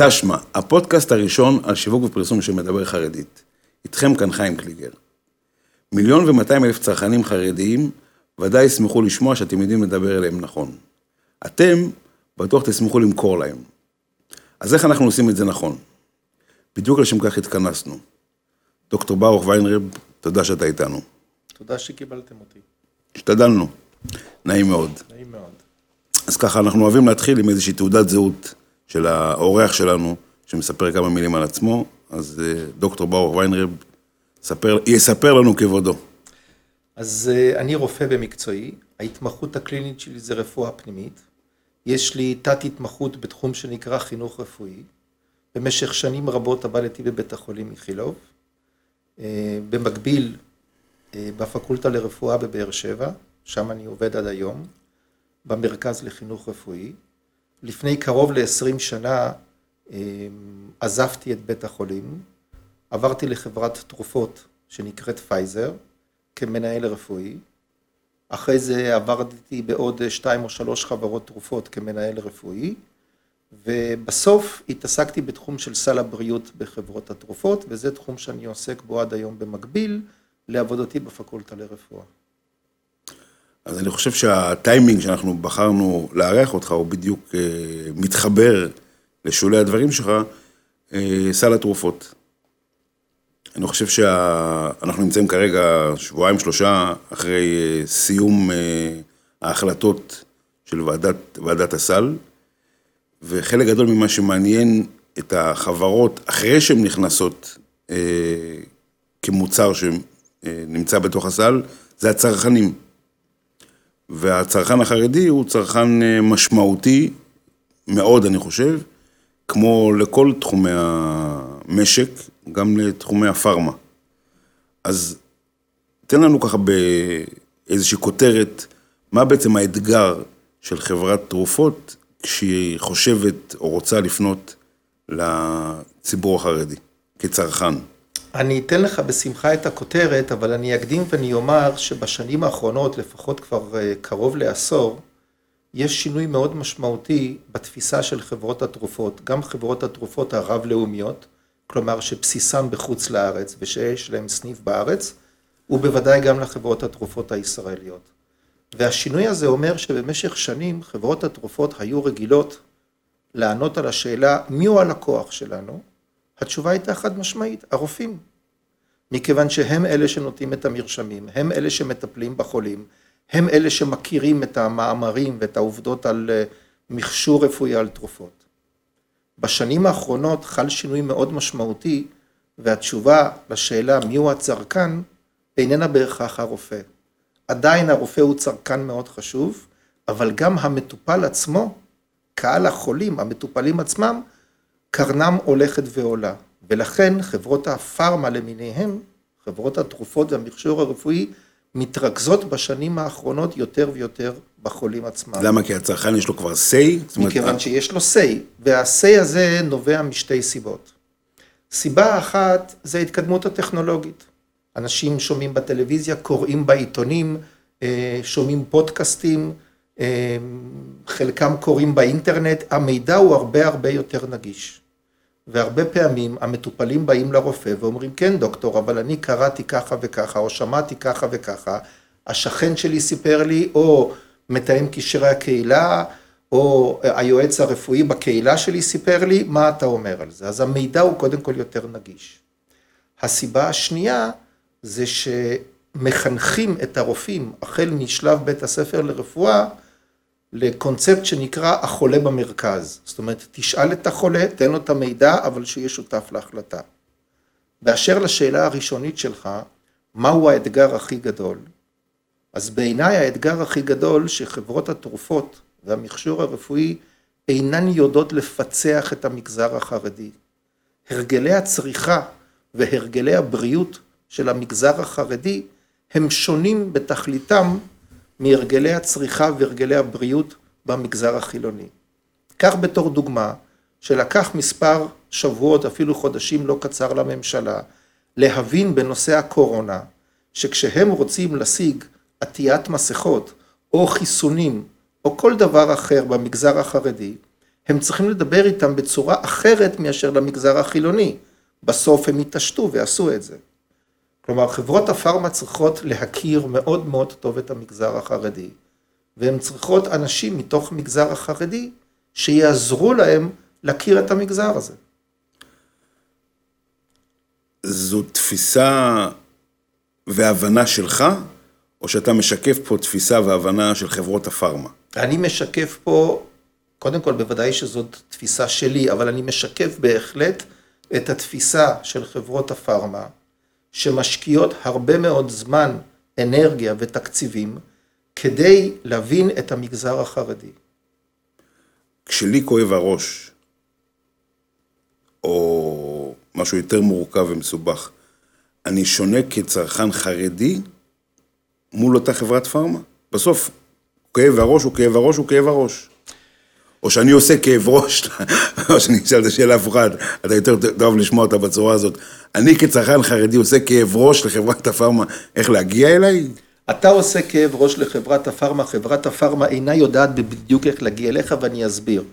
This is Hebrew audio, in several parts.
תשמע, הפודקאסט הראשון על שיווק ופרסום שמדבר חרדית. איתכם כאן חיים קליגר. 1,200,000 צרכנים חרדיים ודאי ישמחו לשמוע שאתם יודעים לדבר אליהם נכון. אתם בטוח תשמחו למכור להם. אז איך אנחנו עושים את זה נכון? בדיוק לשם כך התכנסנו. דוקטור ברוך ויינרב, תודה שאתה איתנו. תודה שקיבלתם אותי. השתדלנו. נעים מאוד. נעים מאוד. אז ככה אנחנו אוהבים להתחיל עם איזושהי תעודת זהות של האורח שלנו, שמספר כמה מילים על עצמו. אז דוקטור ברוך ויינרב יספר לנו כבודו. אז אני רופא במקצועי, ההתמחות הקלינית שלי זה רפואה פנימית. יש לי תת התמחות בתחום שנקרא חינוך רפואי. במשך שנים רבות עבדתי בבית החולים איכילוב. במקביל בפקולטה לרפואה בבאר שבע, שם אני עובד עד היום, במרכז לחינוך רפואי. לפני קרוב ל-20 שנה עזבתי את בית החולים, עברתי לחברת תרופות שנקראת פייזר, כמנהל רפואי. אחרי זה עברתי בעוד 2 או 3 חברות תרופות כמנהל רפואי, ובסוף התעסקתי בתחום של סל הבריאות בחברות התרופות, וזה תחום שאני עוסק בו עד היום במקביל לעבודתי בפקולטה לרפואה. אז אני חושב שהטיימינג שאנחנו בחרנו לארח אותך, הוא בדיוק מתחבר לשולי הדברים שלך, סל התרופות. אני חושב שאנחנו נמצאים כרגע 2-3 אחרי סיום ההחלטות של ועדת הסל, וחלק גדול ממה שמעניין את החברות, אחרי שהן נכנסות כמוצר שנמצא בתוך הסל, זה הצרכנים. והצרכן החרדי הוא צרכן משמעותי מאוד, אני חושב, כמו לכל תחומי המשק, גם לתחומי הפארמה. אז תן לנו ככה באיזושהי כותרת, מה בעצם האתגר של חברת תרופות, כשהיא חושבת או רוצה לפנות לציבור החרדי, כצרכן. אני אתן לך בשמחה את הכותרת, אבל אני אקדים ואני אומר שבשנים האחרונות, לפחות כבר קרוב לעשור, יש שינוי מאוד משמעותי בתפיסה של חברות התרופות, גם חברות התרופות הרב-לאומיות, כלומר שבסיסן בחוץ לארץ ושיש להם סניף בארץ, ובוודאי גם לחברות התרופות הישראליות. והשינוי הזה אומר שבמשך שנים חברות התרופות היו רגילות לענות על השאלה מי הוא הלקוח שלנו. התשובה הייתה חד משמעית, הרופאים. מכיוון שהם אלה שנותנים את המרשמים, הם אלה שמטפלים בחולים, הם אלה שמכירים את המאמרים ואת העובדות על מכשור רפואי על תרופות. בשנים האחרונות חל שינוי מאוד משמעותי, והתשובה לשאלה מי הוא הצרכן איננה בהכרח הרופא. עדיין הרופא הוא צרכן מאוד חשוב, אבל גם המטופל עצמו, קהל החולים, המטופלים עצמם, קרנם הולכת ועולה. ולכן חברות הפארמה למיניהם, חברות התרופות והמכשור הרפואי, מתרכזות בשנים האחרונות יותר ויותר בחולים עצמם. למה? כי הצרכן יש לו כבר say? מכיוון שיש לו say, וה-say הזה נובע משתי סיבות. סיבה אחת זה התקדמות הטכנולוגית. אנשים שומעים בטלוויזיה, קוראים בעיתונים, שומעים פודקאסטים, חלקם קוראים באינטרנט, המידע הוא הרבה יותר נגיש. והרבה פעמים המטופלים באים לרופא ואומרים, כן דוקטור, אבל אני קראתי ככה וככה, או שמעתי ככה וככה, השכן שלי סיפר לי, או מתאם קשרי הקהילה, או היועץ הרפואי בקהילה שלי סיפר לי, מה אתה אומר על זה? אז המידע הוא קודם כל יותר נגיש. הסיבה השנייה זה שמחנכים את הרופאים, החל משלב בית הספר לרפואה, לקונספט שנקרא החולה במרכז. זאת אומרת, תשאל את החולה, תן לו את המידע, אבל שיהיה שותף להחלטה. באשר לשאלה הראשונית שלך, מהו האתגר הכי גדול? אז בעיניי האתגר הכי גדול שחברות התרופות והמכשור הרפואי אינן יודעות לפצח את המגזר החרדי. הרגלי הצריכה והרגלי הבריאות של המגזר החרדי הם שונים בתכליתם מהרגלי הצריכה והרגלי הבריאות במגזר החילוני. כך בתור דוגמה, שלקח מספר שבועות, אפילו חודשים לא קצר לממשלה, להבין בנושא הקורונה, שכשהם רוצים להשיג עטיית מסכות, או חיסונים, או כל דבר אחר במגזר החרדי, הם צריכים לדבר איתם בצורה אחרת מאשר למגזר החילוני. בסוף הם התעשתו ועשו את זה. כלומר, חברות הפארמה צריכות להכיר מאוד מאוד טוב את המגזר החרדי, והן צריכות אנשים מתוך המגזר החרדי שיעזרו להם להכיר את המגזר הזה. זו תפיסה והבנה שלך, או שאתה משקף פה תפיסה והבנה של חברות הפארמה? אני משקף פה, קודם כל בוודאי שזאת תפיסה שלי, אבל אני משקף בהחלט את התפיסה של חברות הפארמה, שמשקיעות הרבה מאוד זמן, אנרגיה ותקציבים, כדי להבין את המגזר החרדי. כשלי כואב הראש, או משהו יותר מורכב ומסובך, אני שונה כצרכן חרדי מול אותה חברת פארמה? בסוף, כאב הראש הוא כאב הראש הוא כאב הראש. או שאני עושה כאב ראש, או שאני אשאל את השאלה הפוכה, אתה יותר טוב לשמוע אותה בצורה הזאת. אני כצרכן חרדי עושה כאב ראש לחברת הפארמה, איך להגיע אליי? אתה עושה כאב ראש לחברת הפארמה, חברת הפארמה אינה יודעת בדיוק איך להגיע אליך, ואני אסביר.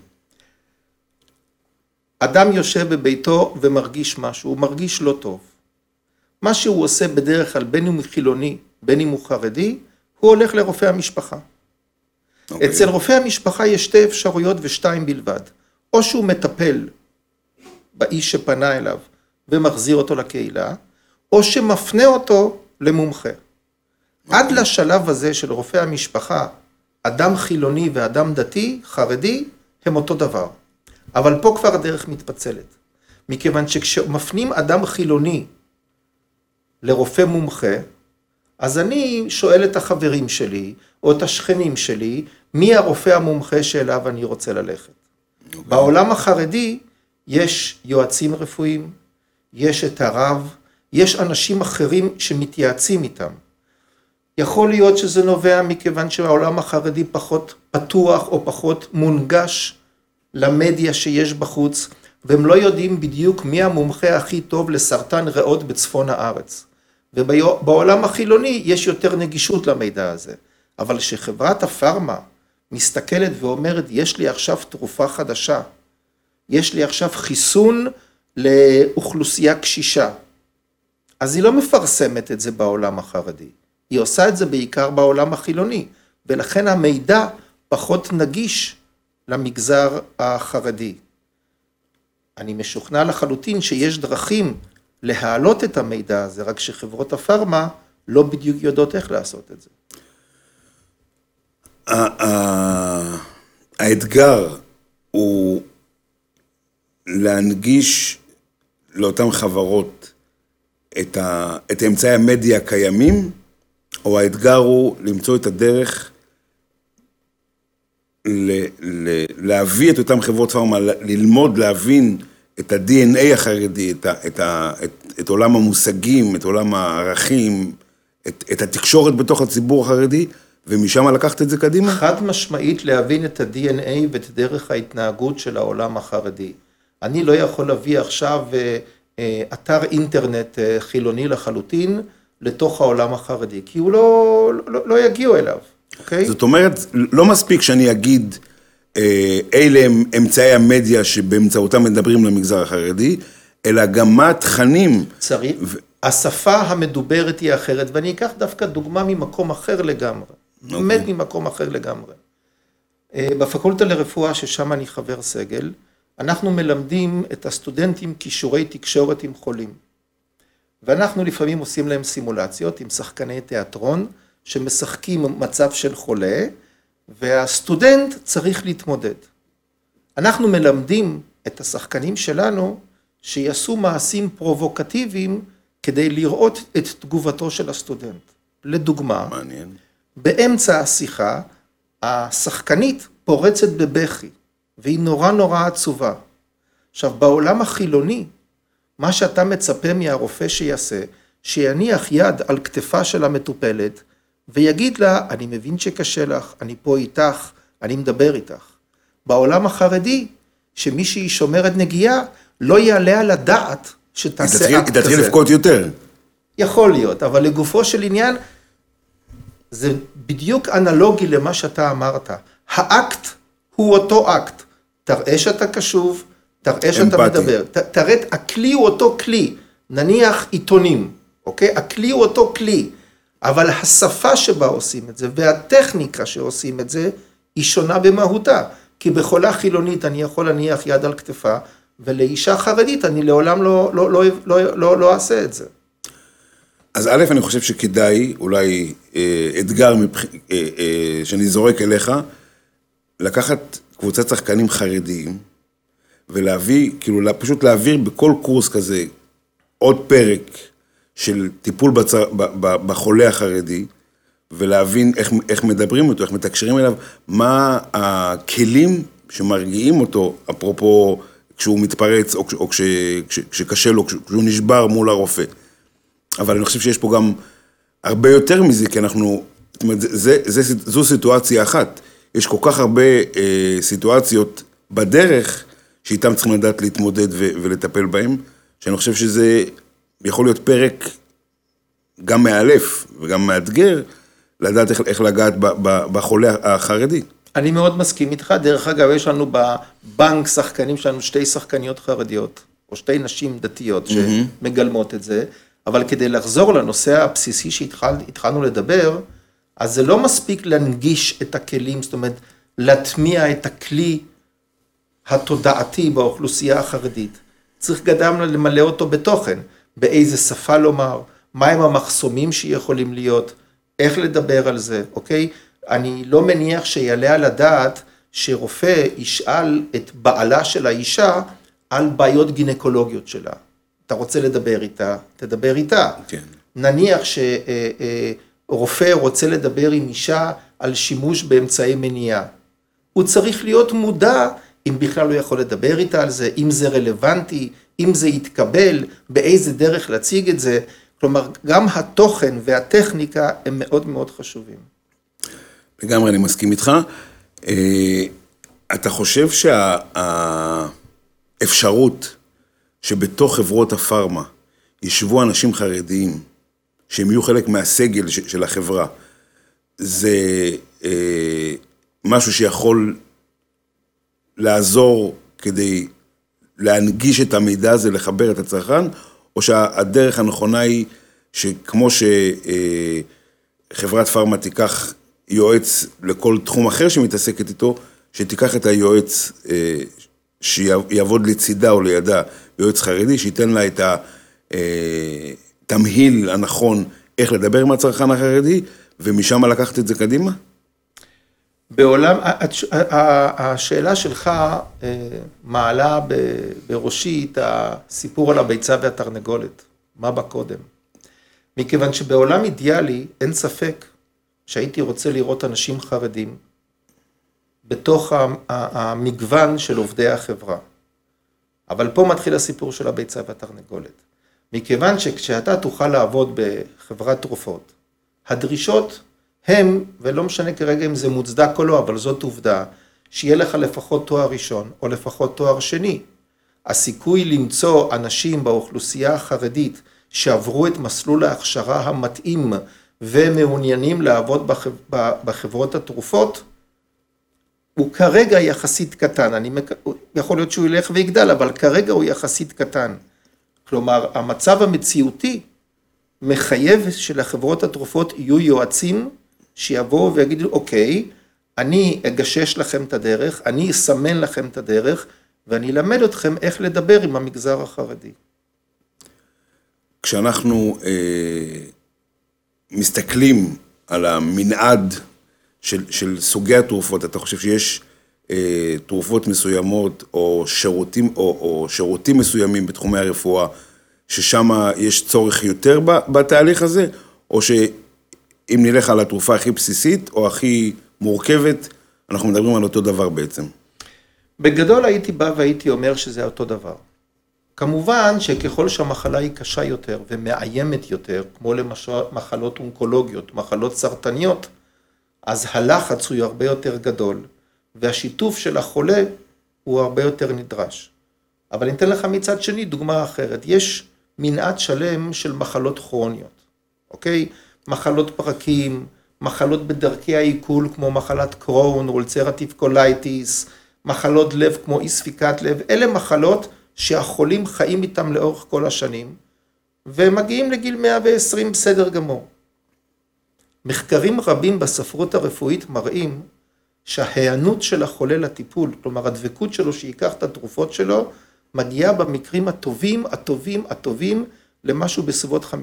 אדם יושב בביתו ומרגיש משהו, הוא מרגיש לא טוב. מה שהוא עושה בדרך כלל, בין אם הוא חילוני, בין אם הוא חרדי, הוא הולך לרופא המשפחה. אצל רופא המשפחה יש שתי אפשרויות ושתיים בלבד. או שהוא מטפל באיש שפנה אליו ומחזיר אותו לקהילה, או שמפנה אותו למומחה. עד לשלב הזה של רופא המשפחה, אדם חילוני ואדם דתי, חרדי, הם אותו דבר. אבל פה כבר הדרך מתפצלת. מכיוון שכשמפנים אדם חילוני לרופא מומחה, אז אני שואל את החברים שלי, או את השכנים שלי, מי הרופא המומחה שאליו אני רוצה ללכת. בעולם החרדי יש יועצים רפואיים, יש את הרב, יש אנשים אחרים שמתייעצים איתם. יכול להיות שזה נובע מכיוון שהעולם החרדי פחות פתוח או פחות מונגש למדיה שיש בחוץ, והם לא יודעים בדיוק מי המומחה הכי טוב לסרטן ריאות בצפון הארץ. ובעולם החילוני יש יותר נגישות למידע הזה. אבל שחברת הפארמה מסתכלת ואומרת, יש לי עכשיו תרופה חדשה, יש לי עכשיו חיסון לאוכלוסייה קשישה, אז היא לא מפרסמת את זה בעולם החרדי. היא עושה את זה בעיקר בעולם החילוני, ולכן המידע פחות נגיש למגזר החרדי. אני משוכנע לחלוטין שיש דרכים להעלות את המידע הזה, רק שחברות הפארמה לא בדיוק יודעות איך לעשות את זה. האתגר הוא להנגיש לאותן חברות את אמצעי המדיה הקיימים, או האתגר הוא למצוא את הדרך להביא את אותם חברות פארמה, ללמוד, להבין את ה-DNA החרדי, את עולם המושגים, את עולם הערכים, את התקשורת בתוך הציבור החרדי, ומשם לקחת את זה קדימה? חד משמעית להבין את ה-DNA ואת דרך ההתנהגות של העולם החרדי. אני לא יכול להביא עכשיו אתר אינטרנט חילוני לחלוטין לתוך העולם החרדי, כי הוא לא יגיעו אליו. אוקיי? זאת אומרת, לא מספיק שאני אגיד, אלה הם אמצעי המדיה שבאמצעותם מדברים למגזר החרדי, אלא גם מה התכנים. צריך. השפה המדוברת היא אחרת, ואני אקח דווקא דוגמה ממקום אחר לגמרי. באמת ממקום אחר לגמרי. בפקולטה לרפואה, ששם אני חבר סגל, אנחנו מלמדים את הסטודנטים כישורי תקשורת עם חולים. ואנחנו לפעמים עושים להם סימולציות עם שחקני תיאטרון, שמשחקים מצב של חולה, והסטודנט צריך להתמודד. אנחנו מלמדים את השחקנים שלנו שיעשו מעשים פרובוקטיביים כדי לראות את תגובתו של הסטודנט. לדוגמה, מעניין. באמצע השיחה, השחקנית פורצת בבכי, והיא נורא נורא עצובה. עכשיו, בעולם החילוני, מה שאתה מצפה מהרופא שיעשה, שיניח יד על כתפה של המטופלת, ויגיד לה, אני מבין שקשה לך, אני פה איתך, אני מדבר איתך. בעולם החרדי, שמישהי שומרת נגיעה, לא יעלה על הדעת שתעשה אקט כזה. היא תתחיל לבכות יותר. יכול להיות, אבל לגופו של עניין, זה בדיוק אנלוגי למה שאתה אמרת. האקט הוא אותו אקט. תראה שאתה קשוב, תראה שאתה אמפתי. מדבר, תראה, הכלי הוא אותו כלי, נניח עיתונים, אוקיי? הכלי הוא אותו כלי, אבל השפה שבה עושים את זה, והטכניקה שעושים את זה, היא שונה במהותה, כי בחולה חילונית אני יכול להניח יד על כתפה, ולאישה חרדית אני לעולם לא אעשה את זה. אז א', אני חושב שכדאי, אולי אתגר שאני זורק אליך, לקחת קבוצת שחקנים חרדיים, ולהביא, כאילו פשוט להעביר בכל קורס כזה עוד פרק של טיפול בחולה החרדי, ולהבין איך מדברים אותו, איך מתקשרים אליו, מה הכלים שמרגיעים אותו, אפרופו כשהוא מתפרץ, או כשקשה לו, כשהוא נשבר מול הרופא. אבל אני חושב שיש פה גם הרבה יותר מזה, כי אנחנו, זאת אומרת, זו סיטואציה אחת. יש כל כך הרבה סיטואציות בדרך, שאיתם צריכים לדעת להתמודד ולטפל בהם, שאני חושב שזה יכול להיות פרק גם מאלף וגם מאתגר, לדעת איך לגעת בחולה החרדי. אני מאוד מסכים איתך, דרך אגב יש לנו בבנק שחקנים שלנו, 2 שחקניות חרדיות, או 2 נשים דתיות שמגלמות את זה, אבל כדי לחזור לנושא הבסיסי שהתחלנו לדבר, אז זה לא מספיק להנגיש את הכלים, זאת אומרת, להטמיע את הכלי התודעתי באוכלוסייה החרדית. צריך גם למלא אותו בתוכן, באיזה שפה לומר, מהם המחסומים שיכולים להיות, איך לדבר על זה, אוקיי? אני לא מניח שיעלה על הדעת שרופא ישאל את בעלה של האישה על בעיות גינקולוגיות שלה. אתה רוצה לדבר איתה, תדבר איתה. כן. נניח שרופא רוצה לדבר עם אישה על שימוש באמצעי מניעה. הוא צריך להיות מודע אם בכלל הוא יכול לדבר איתה על זה, אם זה רלוונטי, אם זה יתקבל, באיזה דרך להציג את זה. כלומר, גם התוכן והטכניקה הם מאוד מאוד חשובים. לגמרי, אני מסכים איתך. אתה חושב שהאפשרות שבתוך חברות הפארמה ישבו אנשים חרדיים, שהם יהיו חלק מהסגל של החברה, זה משהו שיכול לעזור כדי להנגיש את המידע הזה, לחבר את הצרכן, או שהדרך הנכונה היא שכמו שחברת פארמה תיקח יועץ לכל תחום אחר שמתעסקת איתו, שתיקח את היועץ שיעבוד לצידה או לידה, יועץ חרדי, שייתן לה את התמהיל הנכון איך לדבר עם הצרכן החרדי, ומשם לקחת את זה קדימה? בעולם, השאלה שלך מעלה בראשי את הסיפור על הביצה והתרנגולת, מה בא קודם. מכיוון שבעולם אידיאלי אין ספק שהייתי רוצה לראות אנשים חרדים בתוך המגוון של עובדי החברה. אבל פה מתחיל הסיפור של הביצה והתרנגולת. מכיוון שכשאתה תוכל לעבוד בחברת תרופות, הדרישות הם, ולא משנה כרגע אם זה מוצדק או לא, אבל זאת עובדה, שיהיה לך לפחות תואר ראשון או לפחות תואר שני. הסיכוי למצוא אנשים באוכלוסייה החרדית שעברו את מסלול ההכשרה המתאים ומעוניינים לעבוד בחברות התרופות, הוא כרגע יחסית קטן. יכול להיות שהוא ילך ויגדל, אבל כרגע הוא יחסית קטן. כלומר, המצב המציאותי מחייב שלחברות התרופות יהיו יועצים שיבואו ויגידו, אוקיי, אני אגשש לכם את הדרך, אני אסמן לכם את הדרך, ואני אלמד אתכם איך לדבר עם המגזר החרדי. כשאנחנו מסתכלים על המנעד של סוגי התרופות, אתה חושב שיש תרופות מסוימות או שירותים מסוימים בתחומי הרפואה, ששם יש צורך יותר בתהליך הזה, או שאם נלך על התרופה הכי בסיסית או הכי מורכבת, אנחנו מדברים על אותו דבר בעצם? בגדול הייתי בא והייתי אומר שזה אותו דבר. כמובן שככל שהמחלה היא קשה יותר ומאיימת יותר, כמו למשל מחלות אונקולוגיות, מחלות סרטניות, אז הלחץ הוא הרבה יותר גדול, והשיתוף של החולה הוא הרבה יותר נדרש. אבל אני אתן לך מצד שני דוגמה אחרת. יש מנעד שלם של מחלות כרוניות, אוקיי? מחלות פרקים, מחלות בדרכי העיכול כמו מחלת קרון, אולצרטיב קולייטיס, מחלות לב כמו אי ספיקת לב, אלה מחלות שהחולים חיים איתם לאורך כל השנים, ומגיעים לגיל 120 בסדר גמור. מחקרים רבים בספרות הרפואית מראים שההיענות של החולה לטיפול, כלומר הדבקות שלו שיקח את התרופות שלו, מגיעה במקרים הטובים למשהו בסביבות 50-60%.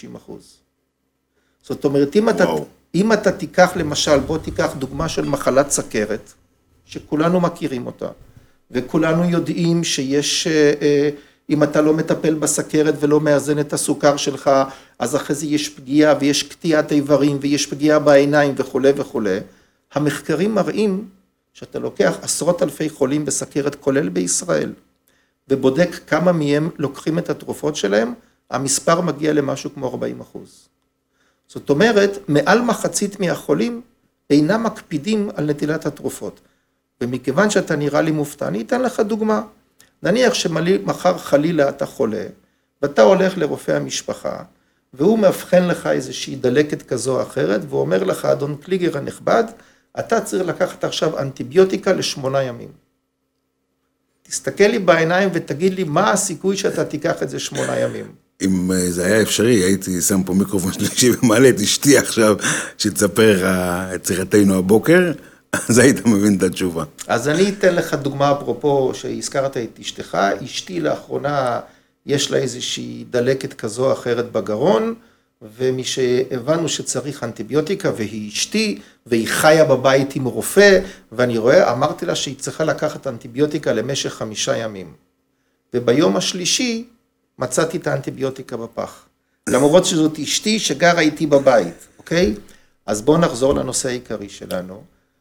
זאת אומרת, אם אתה תיקח למשל, בוא תיקח דוגמה של מחלת סכרת, שכולנו מכירים אותה, וכולנו יודעים שיש, אם אתה לא מטפל בסכרת ולא מאזן את הסוכר שלך, אז אחרי זה יש פגיעה ויש קטיעת איברים ויש פגיעה בעיניים וכו' וכו'. המחקרים מראים שאתה לוקח עשרות אלפי חולים בסכרת, כולל בישראל, ובודק כמה מהם לוקחים את התרופות שלהם, המספר מגיע למשהו כמו 40%. זאת אומרת, מעל מחצית מהחולים אינם מקפידים על נטילת התרופות. ומכיוון שאתה נראה לי מופתע, אני אתן לך דוגמה. נניח שמחר חלילה אתה חולה, ואתה הולך לרופא המשפחה, והוא מאבחן לך איזושהי דלקת כזו או אחרת, והוא אומר לך, אדון קליגר הנכבד, אתה צריך לקחת עכשיו אנטיביוטיקה ל8 ימים. תסתכל לי בעיניים ותגיד לי מה הסיכוי שאתה תיקח את זה 8 ימים. אם זה היה אפשרי, הייתי שם פה מיקרופון שלישי ומעלה את אשתי עכשיו, שתספר את שיחתנו הבוקר, אז היית מבין את התשובה. אז אני אתן לך דוגמה אפרופו שהזכרת את אשתך, אשתי לאחרונה יש לה איזושהי דלקת כזו או אחרת בגרון, ומשהבנו שצריך אנטיביוטיקה, והיא אשתי, והיא חיה בבית עם רופא, ואני רואה, אמרתי לה שהיא צריכה לקחת אנטיביוטיקה למשך 5 ימים. וביום השלישי מצאתי את האנטיביוטיקה בפח. למרות שזאת אשתי שגרה איתי בבית, אוקיי? אז בואו נחזור לנושא העיקרי שלנו.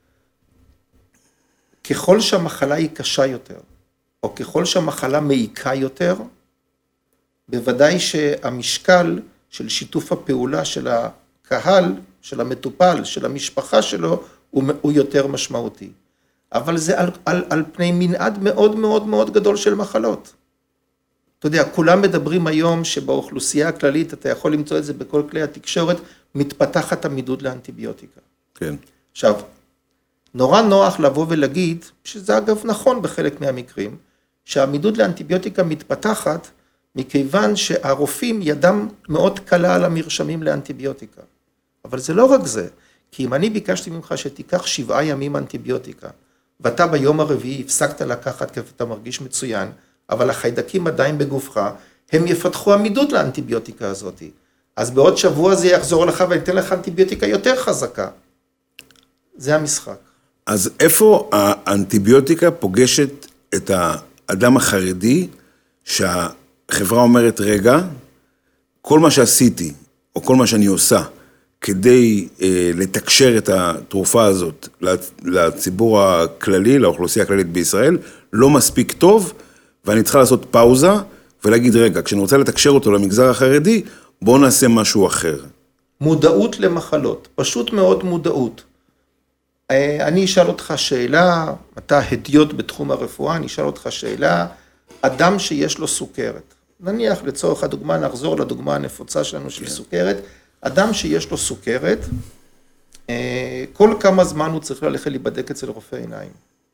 ככל שהמחלה היא קשה יותר, או ככל שהמחלה מעיקה יותר, בוודאי שהמשקל של שיתוף הפעולה של הקהל, של המטופל, של המשפחה שלו, הוא יותר משמעותי. אבל זה על פני מנעד מאוד מאוד מאוד גדול של מחלות. אתה יודע, כולם מדברים היום שבאוכלוסייה הכללית, אתה יכול למצוא את זה בכל כלי התקשורת, מתפתחת עמידות לאנטיביוטיקה. כן. עכשיו, נורא נוח לבוא ולהגיד, שזה אגב נכון בחלק מהמקרים, שהעמידות לאנטיביוטיקה מתפתחת, מכיוון שהרופאים ידם מאוד קלה על המרשמים לאנטיביוטיקה. אבל זה לא רק זה, כי אם אני ביקשתי ממך שתיקח 7 ימים אנטיביוטיקה, ואתה ביום הרביעי הפסקת לקחת כי אתה מרגיש מצוין, אבל החיידקים עדיין בגופך, הם יפתחו עמידות לאנטיביוטיקה הזאת. אז בעוד שבוע זה יחזור לך ואתן לך אנטיביוטיקה יותר חזקה. זה המשחק. אז איפה האנטיביוטיקה פוגשת את האדם החרדי, שהחברה אומרת, רגע, כל מה שעשיתי, או כל מה שאני עושה, כדי לתקשר את התרופה הזאת לציבור הכללי, לאוכלוסייה הכללית בישראל, לא מספיק טוב, ואני צריכה לעשות פאוזה, ולהגיד, רגע, כשאני רוצה לתקשר אותו למגזר החרדי, בואו נעשה משהו אחר. מודעות למחלות, פשוט מאוד מודעות. אני אשאל אותך שאלה, אתה הדיוט בתחום הרפואה, אני אשאל אותך שאלה, אדם שיש לו סוכרת, נניח לצורך הדוגמה, נחזור לדוגמה הנפוצה שלנו של סוכרת, אדם שיש לו סוכרת, כל כמה זמן הוא צריך ללכת להיבדק אצל רופא עיניים?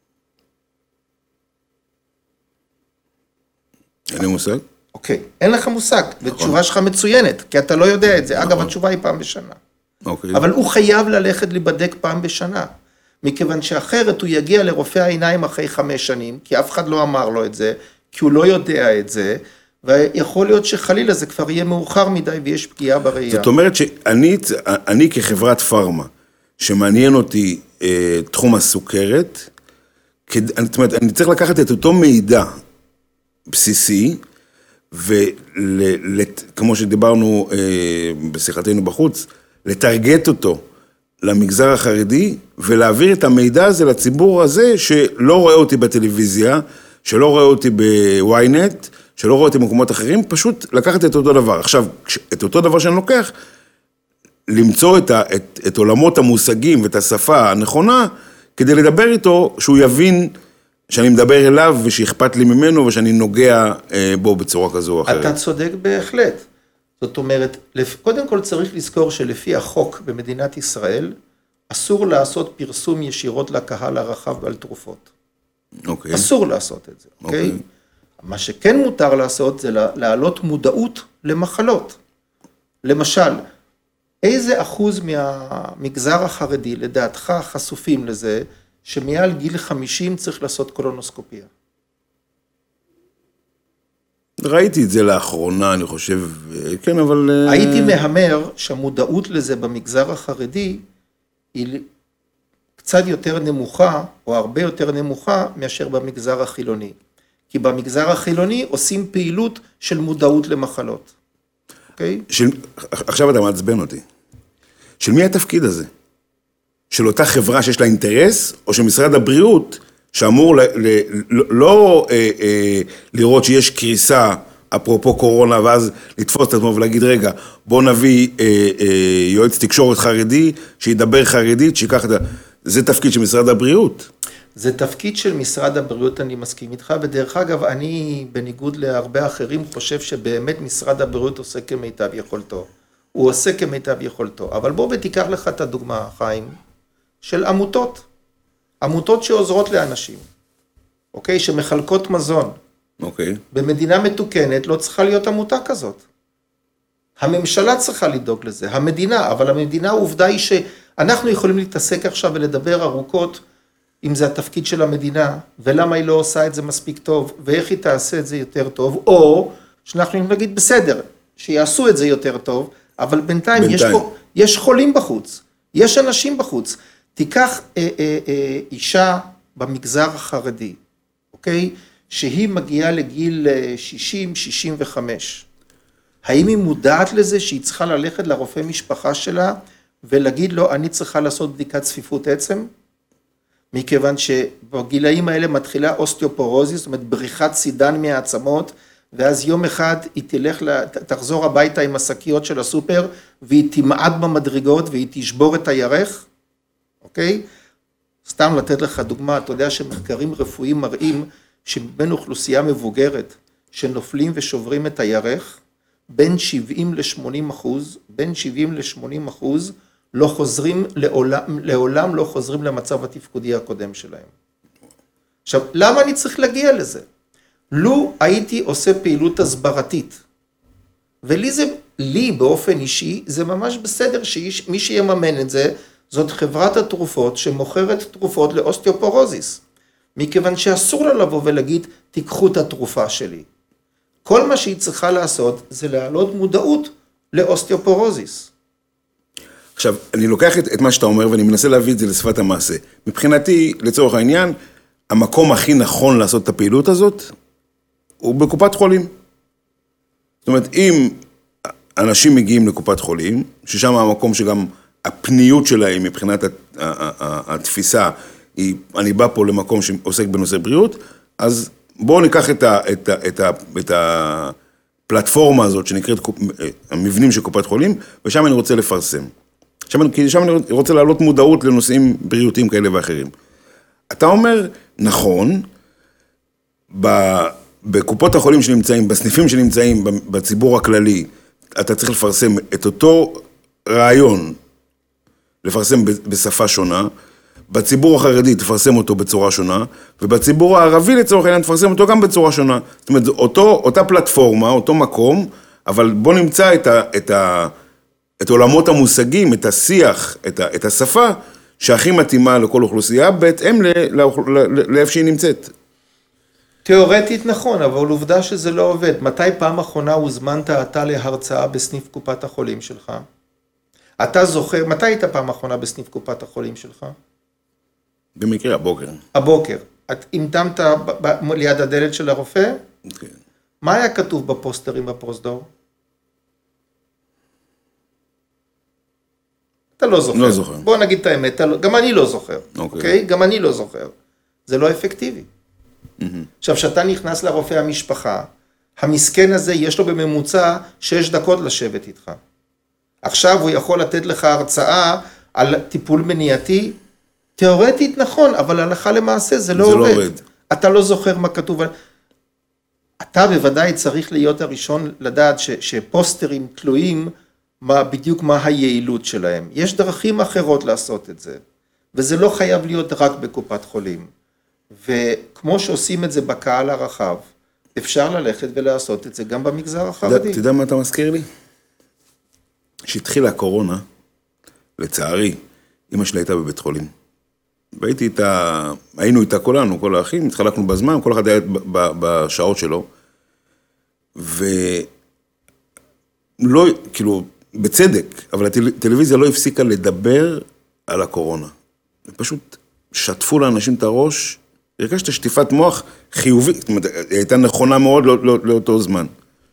אין לי מושג? אוקיי, אין לך מושג, ותשובה שלך מצוינת, כי אתה לא יודע את זה. אגב, התשובה היא פעם בשנה. אבל הוא חייב ללכת להיבדק פעם בשנה, מכיוון שאחרת הוא יגיע לרופא העיניים אחרי 5 שנים, כי אף אחד לא אמר לו את זה, כי הוא לא יודע את זה, ויכול להיות שחלילה זה כבר יהיה מאוחר מדי ויש פגיעה בראייה. זאת אומרת שאני כחברת פארמה, שמעניין אותי תחום הסוכרת, זאת אומרת, אני צריך לקחת את אותו מידע בסיסי, וכמו שדיברנו בשיחתנו בחוץ, לטרגט אותו למגזר החרדי, ולהעביר את המידע הזה לציבור הזה, שלא רואה אותי בטלוויזיה, שלא רואה אותי בוויינט, שלא רואה אותי במקומות אחרים, פשוט לקחת את אותו דבר. עכשיו, את אותו דבר שאני לוקח, למצוא את עולמות המושגים ואת השפה הנכונה, כדי לדבר איתו, שהוא יבין שאני מדבר אליו ושאכפת לי ממנו ושאני נוגע בו בצורה כזו או אחרת. אתה צודק בהחלט. זאת אומרת, קודם כל צריך לזכור שלפי החוק במדינת ישראל, אסור לעשות פרסום ישירות לקהל הרחב על תרופות. אוקיי. אסור לעשות את זה, אוקיי? מה שכן מותר לעשות זה להעלות מודעות למחלות. למשל, איזה אחוז מהמגזר החרדי לדעתך חשופים לזה שמעל גיל 50 צריך לעשות קולונוסקופיה? ראיתי את זה לאחרונה, אני חושב, כן, אבל... הייתי מהמר שהמודעות לזה במגזר החרדי היא קצת יותר נמוכה, או הרבה יותר נמוכה, מאשר במגזר החילוני. כי במגזר החילוני עושים פעילות של מודעות למחלות. אוקיי? עכשיו אתה מעצבן אותי. של מי התפקיד הזה? של אותה חברה שיש לה אינטרס, או של משרד הבריאות, שאמור לא לראות שיש קריסה, אפרופו קורונה, ואז לתפוס את עצמו ולהגיד, רגע, בוא נביא יועץ תקשורת חרדי, שידבר חרדית, שיקח את זה. זה תפקיד של משרד הבריאות. זה תפקיד של משרד הבריאות, אני מסכים איתך, ודרך אגב, אני, בניגוד להרבה אחרים, חושב שבאמת משרד הבריאות עושה כמיטב יכולתו. הוא עושה כמיטב יכולתו. אבל בוא ותיקח לך את הדוגמה, חיים, של עמותות. עמותות שעוזרות לאנשים, אוקיי? שמחלקות מזון. אוקיי. במדינה מתוקנת לא צריכה להיות עמותה כזאת. הממשלה צריכה לדאוג לזה, המדינה, אבל המדינה, העובדה היא שאנחנו יכולים להתעסק עכשיו ולדבר ארוכות, אם זה התפקיד של המדינה, ולמה היא לא עושה את זה מספיק טוב, ואיך היא תעשה את זה יותר טוב, או שאנחנו נגיד בסדר, שיעשו את זה יותר טוב, אבל בינתיים יש חולים בחוץ, יש אנשים בחוץ. תיקח אישה במגזר החרדי, אוקיי? שהיא מגיעה לגיל 60-65. האם היא מודעת לזה שהיא צריכה ללכת לרופא משפחה שלה, ולהגיד לו, אני צריכה לעשות בדיקת צפיפות עצם? מכיוון שבגילאים האלה מתחילה אוסטאופורוזיס, זאת אומרת בריחת סידן מהעצמות, ואז יום אחד היא תחזור הביתה עם השקיות של הסופר, והיא תמעד במדרגות והיא תשבור את הירך, אוקיי? סתם לתת לך דוגמה, אתה יודע שמחקרים רפואיים מראים שבין אוכלוסייה מבוגרת שנופלים ושוברים את הירך, בין 70-80%, בין 70-80% לא חוזרים, לעולם לא חוזרים למצב התפקודי הקודם שלהם. עכשיו, למה אני צריך להגיע לזה? לו הייתי עושה פעילות הסברתית, לי באופן אישי, זה ממש בסדר שמי שיממן את זה, זאת חברת התרופות שמוכרת תרופות לאוסטאופורוזיס, מכיוון שאסור לה לבוא ולהגיד, תיקחו את התרופה שלי. כל מה שהיא צריכה לעשות, זה להעלות מודעות לאוסטאופורוזיס. עכשיו, אני לוקח את מה שאתה אומר, ואני מנסה להביא את זה לשפת המעשה. מבחינתי, לצורך העניין, המקום הכי נכון לעשות את הפעילות הזאת, הוא בקופת חולים. זאת אומרת, אם אנשים מגיעים לקופת חולים, ששם המקום שגם הפניות שלהם מבחינת התפיסה, אני בא פה למקום שעוסק בנושא בריאות, אז בואו ניקח את הפלטפורמה הזאת שנקראת המבנים של קופת חולים, ושם אני רוצה לפרסם. כי שם אני רוצה להעלות מודעות לנושאים בריאותיים כאלה ואחרים. אתה אומר, נכון, בקופות החולים שנמצאים, בסניפים שנמצאים בציבור הכללי, אתה צריך לפרסם את אותו רעיון, לפרסם בשפה שונה, בציבור החרדי תפרסם אותו בצורה שונה, ובציבור הערבי לצורך העניין תפרסם אותו גם בצורה שונה. זאת אומרת, אותה פלטפורמה, אותו מקום, אבל בוא נמצא את עולמות המושגים, את השיח, את השפה, שהכי מתאימה לכל אוכלוסייה, בהתאם לאיפה שהיא נמצאת. תיאורטית נכון, אבל עובדה שזה לא עובד. מתי פעם אחרונה הוזמנת אתה להרצאה בסניף קופת החולים שלך? אתה זוכר, מתי היית פעם אחרונה בסניף קופת החולים שלך? במקרה, הבוקר. הבוקר. את המתמת ליד הדלת של הרופא? כן. מה היה כתוב בפוסטרים בפרוזדור? אתה לא זוכר. לא זוכר. בוא נגיד את האמת, גם אני לא זוכר. אוקיי? גם אני לא זוכר. זה לא אפקטיבי. עכשיו, כשאתה נכנס לרופא המשפחה, המסכן הזה יש לו בממוצע 6 דקות לשבת איתך. עכשיו הוא יכול לתת לך הרצאה על טיפול מניעתי, תיאורטית נכון, אבל הלכה למעשה זה לא עובד. אתה לא זוכר מה כתוב. אתה בוודאי צריך להיות הראשון לדעת שפוסטרים תלויים בדיוק מה היעילות שלהם. יש דרכים אחרות לעשות את זה, וזה לא חייב להיות רק בקופת חולים. וכמו שעושים את זה בקהל הרחב, אפשר ללכת ולעשות את זה גם במגזר החרדי. אתה יודע מה אתה מזכיר לי? שהתחילה הקורונה, לצערי, אמא שלי הייתה בבית חולים. והייתי איתה, היינו איתה כולנו, כל האחים, התחלקנו בזמן, כל אחד היה בשעות שלו. ולא, כאילו, בצדק, אבל הטלוויזיה לא הפסיקה לדבר על הקורונה. פשוט שטפו לאנשים את הראש, הרגשת שטיפת מוח חיובית, זאת אומרת, היא הייתה נכונה מאוד לאותו זמן.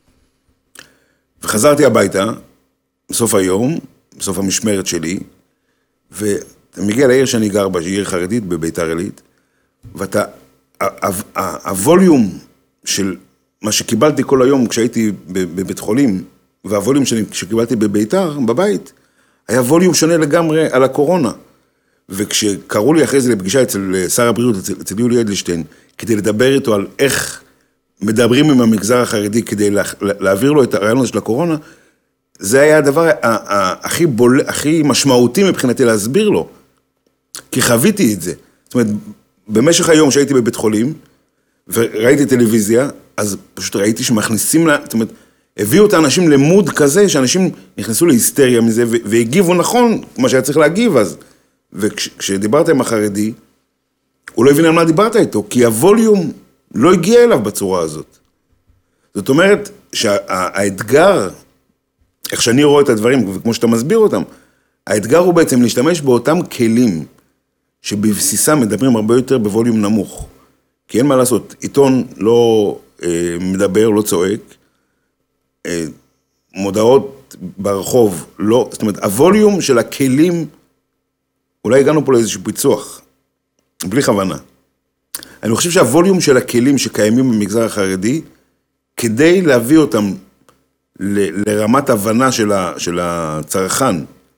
וחזרתי הביתה, בסוף היום, בסוף המשמרת שלי, ואתה מגיע לעיר שאני גר בה, שהיא עיר חרדית בביתר עילית, ואתה, הווליום של מה שקיבלתי כל היום כשהייתי בבית חולים, והווליום שקיבלתי בביתר, בבית, היה ווליום שונה לגמרי על הקורונה. וכשקראו לי אחרי זה לפגישה אצל שר הבריאות, אצל יולי אדלשטיין, כדי לדבר איתו על איך מדברים עם המגזר החרדי, כדי להעביר לו את הרעיון של הקורונה, זה היה הדבר הכי משמעותי מבחינתי להסביר לו, כי חוויתי את זה. זאת אומרת, במשך היום שהייתי בבית חולים, וראיתי טלוויזיה, אז פשוט ראיתי שמכניסים לה, זאת אומרת, הביאו את האנשים למוד כזה, שאנשים נכנסו להיסטריה מזה, והגיבו נכון, מה שהיה צריך להגיב אז. וכשדיברת עם החרדי, הוא לא הבין על מה דיברת איתו, כי הווליום לא הגיע אליו בצורה הזאת. זאת אומרת, שהאתגר, איך שאני רואה את הדברים, וכמו שאתה מסביר אותם, האתגר הוא בעצם להשתמש באותם כלים, שבבסיסם מדברים הרבה יותר בווליום נמוך. כי אין מה לעשות, עיתון לא מדבר, לא צועק, מודעות ברחוב, לא, זאת אומרת, הווליום של הכלים, אולי הגענו פה לאיזשהו פיצוח, בלי כוונה. אני חושב שהווליום של הכלים שקיימים במגזר החרדי, כדי להביא אותם לרמת הבנה של הצרכן,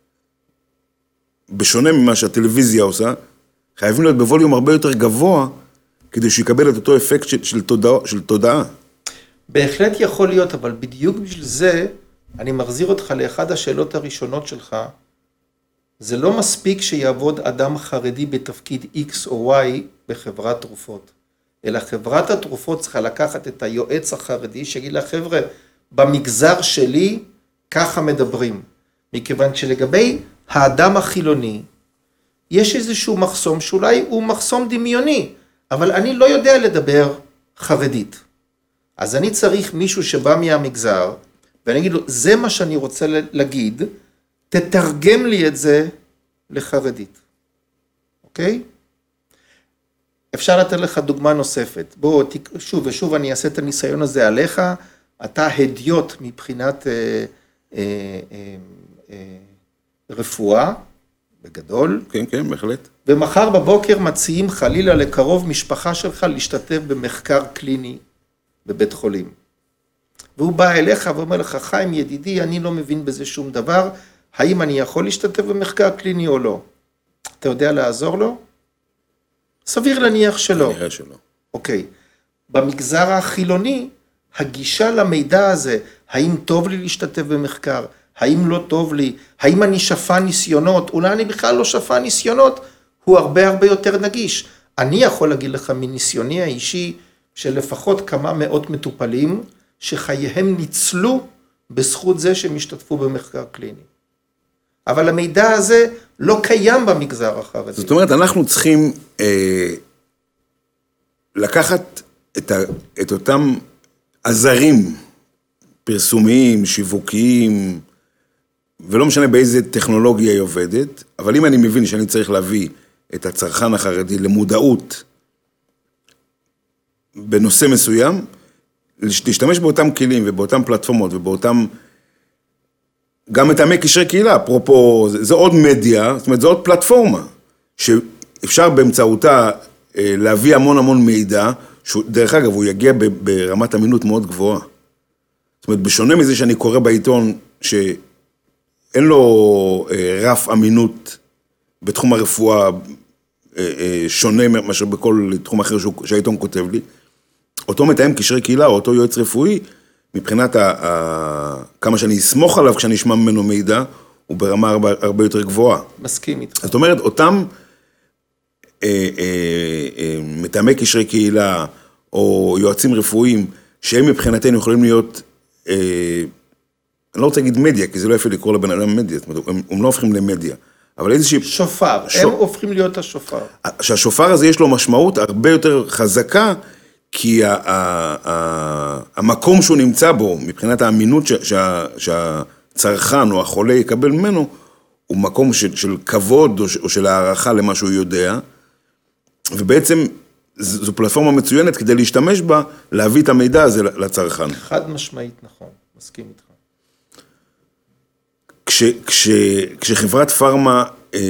בשונה ממה שהטלוויזיה עושה, חייבים להיות בווליום הרבה יותר גבוה, כדי שיקבל את אותו אפקט של תודעה. בהחלט יכול להיות, אבל בדיוק בשביל זה, אני מחזיר אותך לאחד השאלות הראשונות שלך, זה לא מספיק שיעבוד אדם חרדי בתפקיד X או Y בחברת תרופות, אלא חברת התרופות צריכה לקחת את היועץ החרדי, שיגיד לה, חבר'ה, במגזר שלי ככה מדברים. מכיוון שלגבי האדם החילוני, יש איזשהו מחסום שאולי הוא מחסום דמיוני, אבל אני לא יודע לדבר חרדית. אז אני צריך מישהו שבא מהמגזר, ואני אגיד לו, זה מה שאני רוצה להגיד, תתרגם לי את זה לחרדית. אוקיי? אפשר לתת לך דוגמה נוספת. בוא, שוב ושוב אני אעשה את הניסיון הזה עליך, אתה הדיוט מבחינת רפואה, בגדול. כן, כן, בהחלט. ומחר בבוקר מציעים חלילה לקרוב משפחה שלך להשתתף במחקר קליני בבית חולים. והוא בא אליך ואומר לך, חיים ידידי, אני לא מבין בזה שום דבר, האם אני יכול להשתתף במחקר קליני או לא? אתה יודע לעזור לו? סביר להניח שלא. כנראה שלא. אוקיי. במגזר החילוני, הגישה למידע הזה, האם טוב לי להשתתף במחקר, האם לא טוב לי, האם אני שפה ניסיונות, אולי אני בכלל לא שפה ניסיונות, הוא הרבה הרבה יותר נגיש. אני יכול להגיד לך מניסיוני האישי, שלפחות כמה מאות מטופלים, שחייהם ניצלו בזכות זה שהם השתתפו במחקר קליני. אבל המידע הזה לא קיים במגזר החרדי. זאת אומרת, אנחנו צריכים לקחת את אותם עזרים פרסומיים, שיווקיים, ולא משנה באיזה טכנולוגיה היא עובדת, אבל אם אני מבין שאני צריך להביא את הצרכן החרדי למודעות בנושא מסוים, להשתמש באותם כלים ובאותם פלטפורמות ובאותם, גם מטעמי קשרי קהילה, אפרופו, זה עוד מדיה, זאת אומרת, זה עוד פלטפורמה, שאפשר באמצעותה להביא המון המון מידע, דרך אגב, הוא יגיע ברמת אמינות מאוד גבוהה. זאת אומרת, בשונה מזה שאני קורא בעיתון, שאין לו רף אמינות בתחום הרפואה, שונה מאשר בכל תחום אחר שהעיתון כותב לי, אותו מתאם קשרי קהילה, או אותו יועץ רפואי, מבחינת כמה שאני אסמוך עליו כשאני אשמע ממנו מידע, הוא ברמה הרבה יותר גבוהה. מסכים איתך. זאת אומרת, אותם מתאמי קשרי קהילה, או יועצים רפואיים, שהם מבחינתנו יכולים להיות, אני לא רוצה להגיד מדיה, כי זה לא יפה לקרוא לבן אדם מדיה, זאת אומרת, הם לא הופכים למדיה, אבל איזושהי... שופר, הם הופכים להיות השופר. שהשופר הזה יש לו משמעות הרבה יותר חזקה, כי המקום שהוא נמצא בו, מבחינת האמינות שהצרכן או החולה יקבל ממנו, הוא מקום של כבוד או של הערכה למה שהוא יודע, ובעצם זו פלטפורמה מצוינת כדי להשתמש בה, להביא את המידע הזה לצרכן. חד משמעית נכון, מסכים איתך. כשחברת פארמה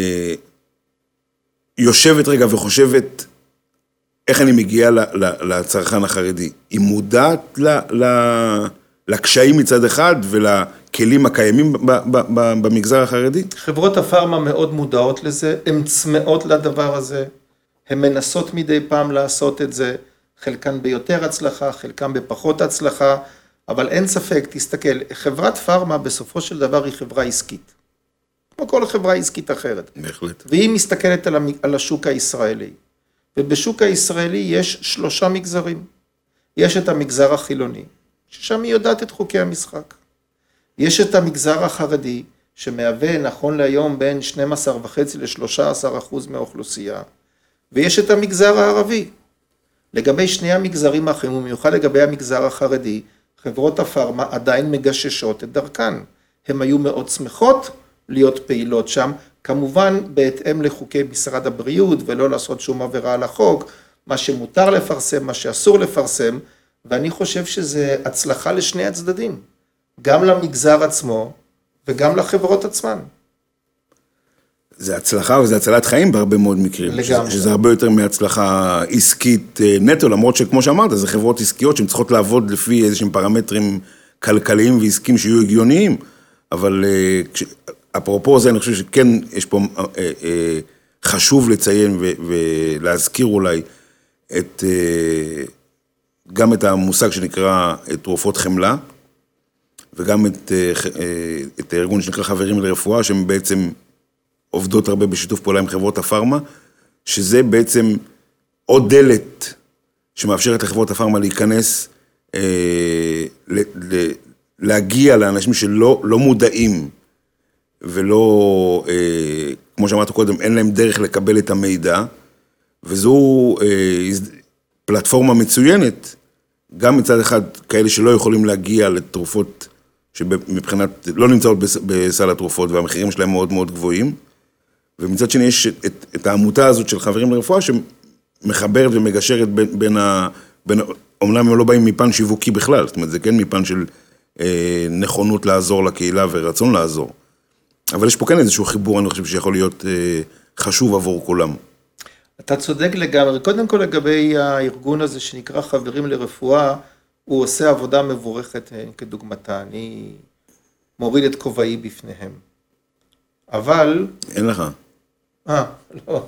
יושבת רגע וחושבת איך אני מגיעה לצרכן החרדי, היא מודעת לקשיים מצד אחד ולכלים הקיימים במגזר החרדי? חברות הפארמה מאוד מודעות לזה, הן צמאות לדבר הזה, הן מנסות מדי פעם לעשות את זה, חלקן ביותר הצלחה, חלקן בפחות הצלחה, אבל אין ספק, תסתכל, חברת פארמה בסופו של דבר היא חברה עסקית, כמו כל חברה עסקית אחרת. בהחלט. והיא מסתכלת על השוק הישראלי, ובשוק הישראלי יש 3 מגזרים. יש את המגזר החילוני, ששם היא יודעת את חוקי המשחק. יש את המגזר החרדי, שמהווה נכון להיום בין 12.5% ל-13% מהאוכלוסייה, ויש את המגזר הערבי. לגבי שני המגזרים האחרים, ומיוחד לגבי המגזר החרדי, חברות הפארמה עדיין מגששות את דרכן. הן היו מאוד שמחות להיות פעילות שם, כמובן בהתאם לחוקי משרד הבריאות, ולא לעשות שום עבירה על החוק, מה שמותר לפרסם, מה שאסור לפרסם, ואני חושב שזה הצלחה לשני הצדדים, גם למגזר עצמו, וגם לחברות עצמן. זה הצלחה וזה הצלת חיים בהרבה מאוד מקרים. לגמרי. שזה הרבה יותר מהצלחה עסקית נטו, למרות שכמו שאמרת, זה חברות עסקיות שהן צריכות לעבוד לפי איזשהם פרמטרים כלכליים ועסקיים שיהיו הגיוניים, אבל אפרופו זה, אני חושב שכן יש פה חשוב לציין ולהזכיר אולי גם את המושג שנקרא תרופות חמלה, וגם את הארגון שנקרא חברים לרפואה, שהם בעצם עובדות הרבה בשיתוף פעולה עם חברות הפארמה, שזה בעצם עוד דלת שמאפשרת לחברות הפארמה להיכנס, להגיע לאנשים שלא מודעים, ולא, כמו שאמרת קודם, אין להם דרך לקבל את המידע, וזו פלטפורמה מצוינת, גם מצד אחד כאלה שלא יכולים להגיע לתרופות שמבחינת, לא נמצאות בסל התרופות, והמחירים שלהם מאוד מאוד גבוהים, ומצד שני יש את העמותה הזאת של חברים לרפואה, שמחברת ומגשרת בין אומנם הם לא באים מפן שיווקי בכלל, זאת אומרת, זה כן מפן של נכונות לעזור לקהילה ורצון לעזור. אבל יש פה כן איזשהו חיבור, אני חושב שיכול להיות חשוב עבור כולם. אתה צודק לגמרי. קודם כל לגבי הארגון הזה שנקרא חברים לרפואה, הוא עושה עבודה מבורכת כדוגמתה. אני מוריד את כובעי בפניהם. אבל... אין לך. לא.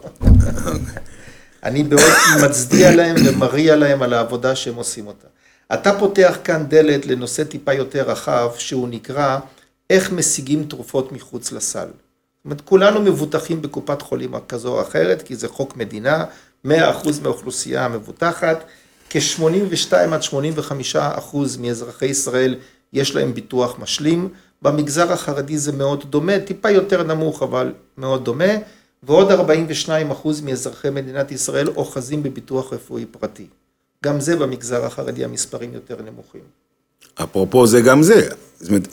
אני בעוד מצדיע להם ומריע להם על העבודה שהם עושים אותה. אתה פותח כאן דלת לנושא טיפה יותר רחב, שהוא נקרא איך משיגים תרופות מחוץ לסל. זאת אומרת, כולנו מבוטחים בקופת חולים כזו או אחרת, כי זה חוק מדינה, 100% מהאוכלוסייה המבוטחת, כ-82 עד 85% מאזרחי ישראל יש להם ביטוח משלים, במגזר החרדי זה מאוד דומה, טיפה יותר נמוך אבל מאוד דומה, ועוד 42% מאזרחי מדינת ישראל אוחזים בביטוח רפואי פרטי. גם זה במגזר החרדי המספרים יותר נמוכים. אפרופו זה גם זה, זאת אומרת,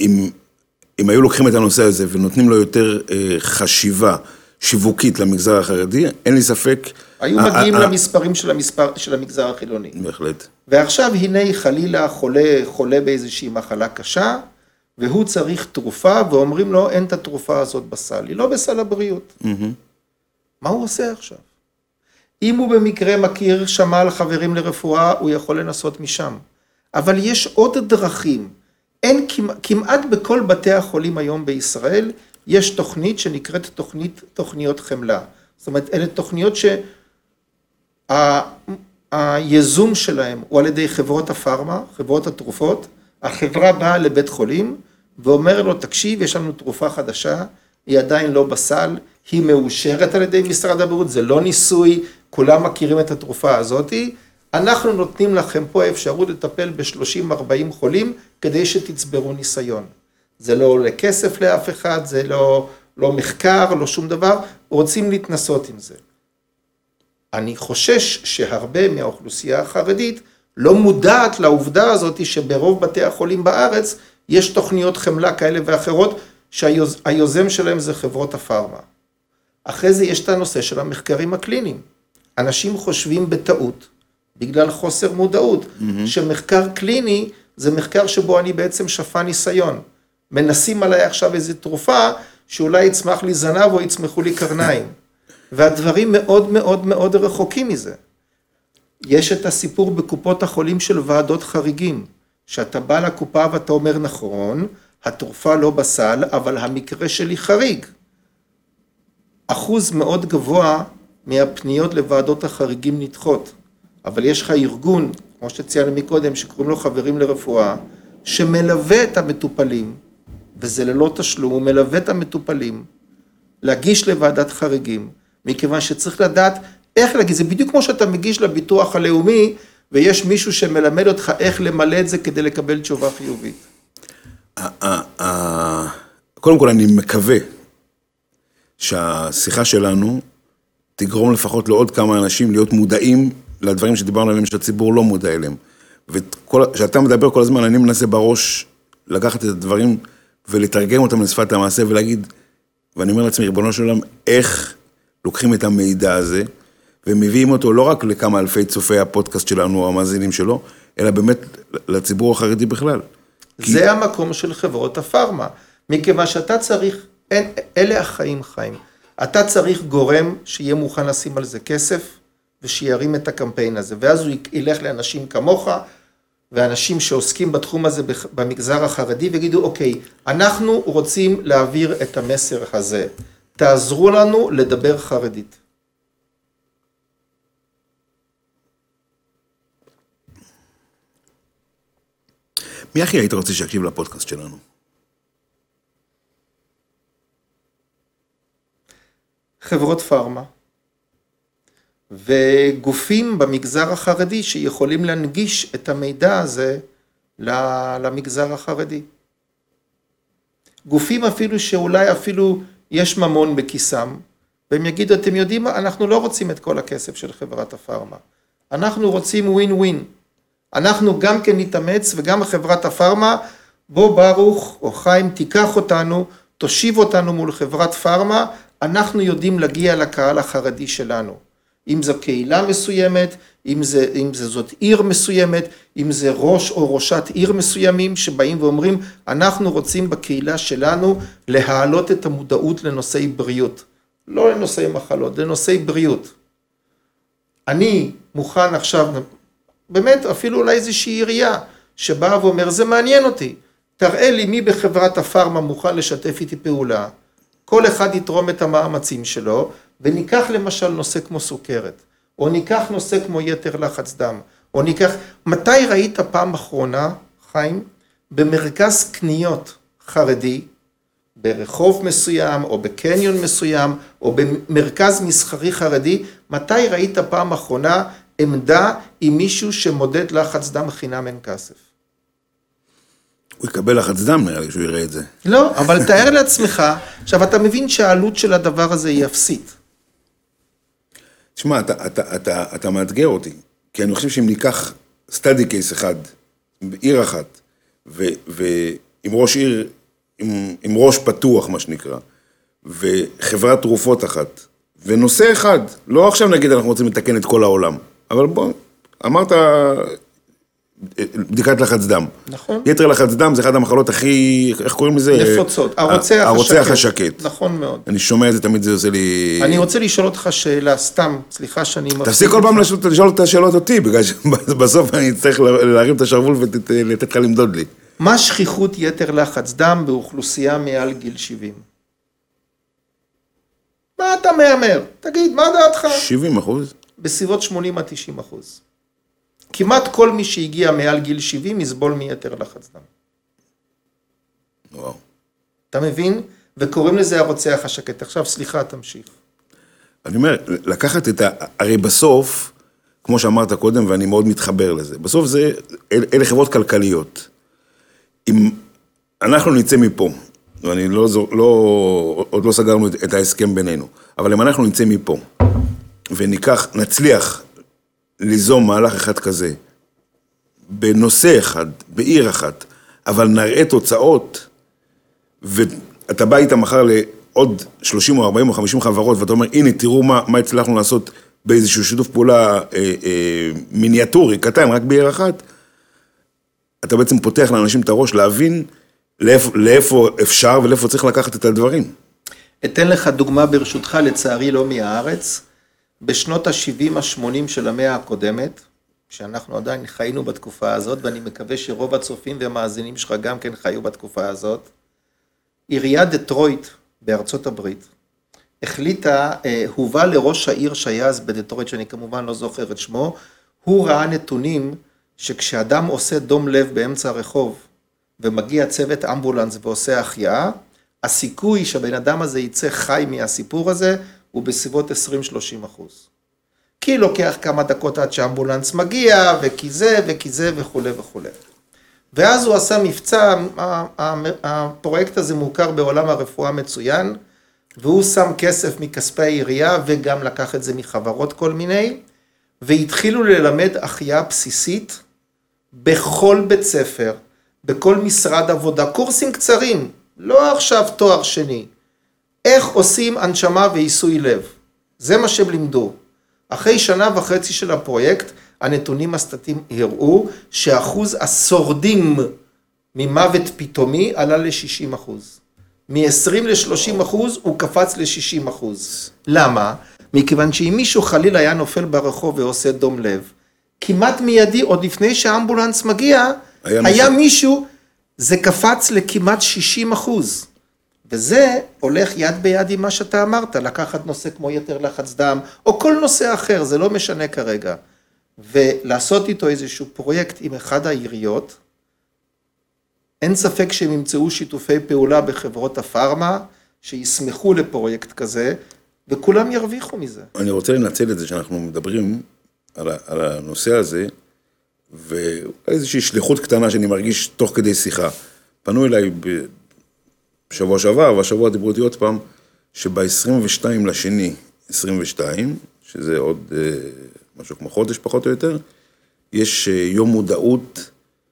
אם היו לוקחים את הנושא הזה ונותנים לו יותר חשיבה שיווקית למגזר החרדי, אין לי ספק... היו מגיעים למספרים של המגזר החילוני. בהחלט. ועכשיו הנה חלילה חולה באיזושהי מחלה קשה, והוא צריך תרופה, ואומרים לו, אין את התרופה הזאת בסל, היא לא בסל הבריאות. מה הוא עושה עכשיו? אם הוא במקרה מכיר שמע על חברים לרפואה, הוא יכול לנסות משם. אבל יש עוד דרכים. אין כמעט בכל בתי החולים היום בישראל, יש תוכנית שנקראת תוכניות חמלה. זאת אומרת, אלה תוכניות שהייזום שלהם הוא על ידי חברות הפארמה, חברות התרופות, החברה באה לבית חולים, ואומר לו, תקשיב, יש לנו תרופה חדשה, היא עדיין לא בסל, היא מאושרת על ידי משרד הבריאות, זה לא ניסוי, כולם מכירים את התרופה הזאת, אנחנו נותנים לכם פה אפשרות לטפל ב-30-40 חולים, כדי שתצברו ניסיון. זה לא עולה כסף לאף אחד, זה לא מחקר, לא שום דבר, רוצים להתנסות עם זה. אני חושש שהרבה מהאוכלוסייה החרדית לא מודעת לעובדה הזאת שברוב בתי החולים בארץ יש תוכניות חמלה כאלה ואחרות שהיוזם שלהם זה חברות הפארמה. אחרי זה יש את הנושא של המחקרים הקליניים. אנשים חושבים בטעות, בגלל חוסר מודעות, שמחקר קליני זה מחקר שבו אני בעצם שפה ניסיון. מנסים עליי עכשיו איזו תרופה שאולי יצמח לי זנב או יצמחו לי קרניים. והדברים מאוד מאוד מאוד רחוקים מזה. יש את הסיפור בקופות החולים של ועדות חריגים, שאתה בא לקופה ואתה אומר נכון, התרופה לא בסל, אבל המקרה שלי חריג. אחוז מאוד גבוה מהפניות לוועדות החריגים נדחות, אבל יש לך ארגון, כמו שציינו מקודם, שקוראים לו חברים לרפואה, שמלווה את המטופלים, וזה ללא תשלום, הוא מלווה את המטופלים, להגיש לוועדת חריגים, מכיוון שצריך לדעת איך להגיש, זה בדיוק כמו שאתה מגיש לביטוח הלאומי, ויש מישהו שמלמד אותך איך למלא את זה כדי לקבל תשובה חיובית. קודם כל אני מקווה שהשיחה שלנו תגרום לפחות לעוד כמה אנשים להיות מודעים לדברים שדיברנו עליהם שהציבור לא מודע אליהם. וכשאתה מדבר כל הזמן, אני מנסה בראש לקחת את הדברים ולתרגם אותם לשפת המעשה ולהגיד, ואני אומר לעצמי, ריבונו של עולם, איך לוקחים את המידע הזה ומביאים אותו לא רק לכמה אלפי צופי הפודקאסט שלנו או המאזינים שלו, אלא באמת לציבור החרדי בכלל. זה המקום של חברות הפארמה, מכיוון שאתה צריך, אלה החיים חיים, אתה צריך גורם שיהיה מוכן לשים על זה כסף, ושירים את הקמפיין הזה, ואז הוא ילך לאנשים כמוך, ואנשים שעוסקים בתחום הזה במגזר החרדי, ויגידו, אוקיי, אנחנו רוצים להעביר את המסר הזה, תעזרו לנו לדבר חרדית. מי הכי היית רוצה שיקשיב לפודקאסט שלנו? חברות פארמה, וגופים במגזר החרדי שיכולים להנגיש את המידע הזה למגזר החרדי. גופים אפילו שאולי אפילו יש ממון בכיסם, והם יגידו, אתם יודעים מה, אנחנו לא רוצים את כל הכסף של חברת הפארמה, אנחנו רוצים ווין ווין, אנחנו גם כן נתאמץ וגם חברת הפארמה, בוא ברוך או חיים תיקח אותנו, תושיב אותנו מול חברת פארמה, אנחנו יודעים להגיע לקהל החרדי שלנו. אם זו קהילה מסוימת, אם זאת עיר מסוימת, אם זה ראש או ראשת עיר מסוימים שבאים ואומרים, אנחנו רוצים בקהילה שלנו להעלות את המודעות לנושאי בריאות. לא לנושאי מחלות, לנושאי בריאות. אני מוכן עכשיו, באמת אפילו אולי איזושהי עירייה, שבאה ואומר, זה מעניין אותי, תראה לי מי בחברת הפארמה מוכן לשתף איתי פעולה, כל אחד יתרום את המאמצים שלו, וניקח למשל נושא כמו סוכרת, או ניקח נושא כמו יתר לחץ דם, או ניקח, מתי ראית פעם אחרונה, חיים, במרכז קניות חרדי, ברחוב מסוים, או בקניון מסוים, או במרכז מסחרי חרדי, מתי ראית פעם אחרונה עמדה עם מישהו שמודד לחץ דם חינם אין כסף? הוא יקבל לחץ דם, נראה לי שהוא יראה את זה. לא, אבל תאר לעצמך, עכשיו אתה מבין שהעלות של הדבר הזה היא אפסית. תשמע, אתה מאתגר אותי, כי אני חושב שאם ניקח סטאדי קייס אחד, בעיר אחת, ועם ראש עיר, עם ראש פתוח, מה שנקרא, וחברת תרופות אחת, ונושא אחד, לא עכשיו נגיד אנחנו רוצים לתקן את כל העולם, אבל בוא, אמרת בדיקת לחץ דם. נכון. יתר לחץ דם זה אחת המחלות הכי, איך קוראים לזה? נפוצות. הרוצח השקט. נכון מאוד. אני שומע את זה, תמיד זה עושה לי... אני רוצה לשאול אותך שאלה, סתם, סליחה שאני... תפסיק כל פעם לשאול את השאלות אותי, בגלל שבסוף אני צריך להרים את השרוול ולתת לך למדוד לי. מה שכיחות יתר לחץ דם באוכלוסייה מעל גיל 70? מה אתה מאמר? תגיד, מה דעתך? 70%? בסביבות 80-90%. כמעט כל מי שהגיע מעל גיל 70 יסבול מיתר לחץ דם. וואו. אתה מבין? וקוראים לזה הרוצח השקט. עכשיו, סליחה, תמשיך. אני אומר, לקחת הרי בסוף, כמו שאמרת קודם, ואני מאוד מתחבר לזה, בסוף אלה חברות כלכליות. אם אנחנו נצא מפה, ואני עוד לא סגרנו את ההסכם בינינו, אבל אם אנחנו נצא מפה, נצליח ליזום מהלך אחד כזה, בנושא אחד, בעיר אחת, אבל נראה תוצאות, ואתה בא איתה מחר לעוד 30 או 40 או 50 חברות, ואתה אומר, הנה, תראו מה הצלחנו לעשות באיזשהו שיתוף פעולה מיניאטורי, קטן, רק בעיר אחת, אתה בעצם פותח לאנשים את הראש להבין לאיפה אפשר ולאיפה צריך לקחת את הדברים. אתן לך דוגמה ברשותך, לצערי לא מהארץ. בשנות ה-70, ה-80 של המאה הקודמת, שאנחנו עדיין חיינו בתקופה הזאת, ואני מקווה שרוב הצופים והמאזינים שלך גם כן חיו בתקופה הזאת, עיריית דטרויט בארצות הברית, החליטה, הובא לראש העיר שהיה אז בדטרויט, שאני כמובן לא זוכר את שמו, הוא ראה נתונים שכשאדם עושה דום לב באמצע הרחוב, ומגיע צוות אמבולנס ועושה החייאה, הסיכוי שהבן אדם הזה יצא חי מהסיפור הזה, הוא בסביבות 20-30%. כי לוקח כמה דקות עד שהאמבולנס מגיע, וכי זה וכי זה וכו' וכו'. ואז הוא עשה מבצע, הפרויקט הזה מוכר בעולם הרפואה מצוין, והוא שם כסף מכספי העירייה, וגם לקח את זה מחברות כל מיני, והתחילו ללמד החייאה בסיסית, בכל בית ספר, בכל משרד עבודה, קורסים קצרים, לא עכשיו תואר שני. איך עושים הנשמה ועיסוי לב? זה מה שהם לימדו. אחרי 1.5 שנה של הפרויקט, הנתונים הסטטיים הראו שאחוז השורדים ממוות פתאומי עלה ל-60%. מ-20 ל-30% הוא קפץ ל-60%. למה? מכיוון שאם מישהו חלילה היה נופל ברחוב ועושה דום לב, כמעט מיידי, עוד לפני שהאמבולנס מגיע, היה מישהו, זה קפץ לכמעט 60%. וזה הולך יד ביד עם מה שאתה אמרת, לקחת נושא כמו יתר לחץ דם, או כל נושא אחר, זה לא משנה כרגע. ולעשות איתו איזשהו פרויקט עם אחד העיריות, אין ספק שהם ימצאו שיתופי פעולה בחברות הפארמה, שישמחו לפרויקט כזה, וכולם ירוויחו מזה. אני רוצה לנצל את זה שאנחנו מדברים על הנושא הזה, ואיזושהי שליחות קטנה שאני מרגיש תוך כדי שיחה. פנו אליי בשבוע שעבר, והשבוע דיברו אותי עוד פעם, שב-22/2/22, שזה עוד משהו כמו חודש פחות או יותר, יש יום מודעות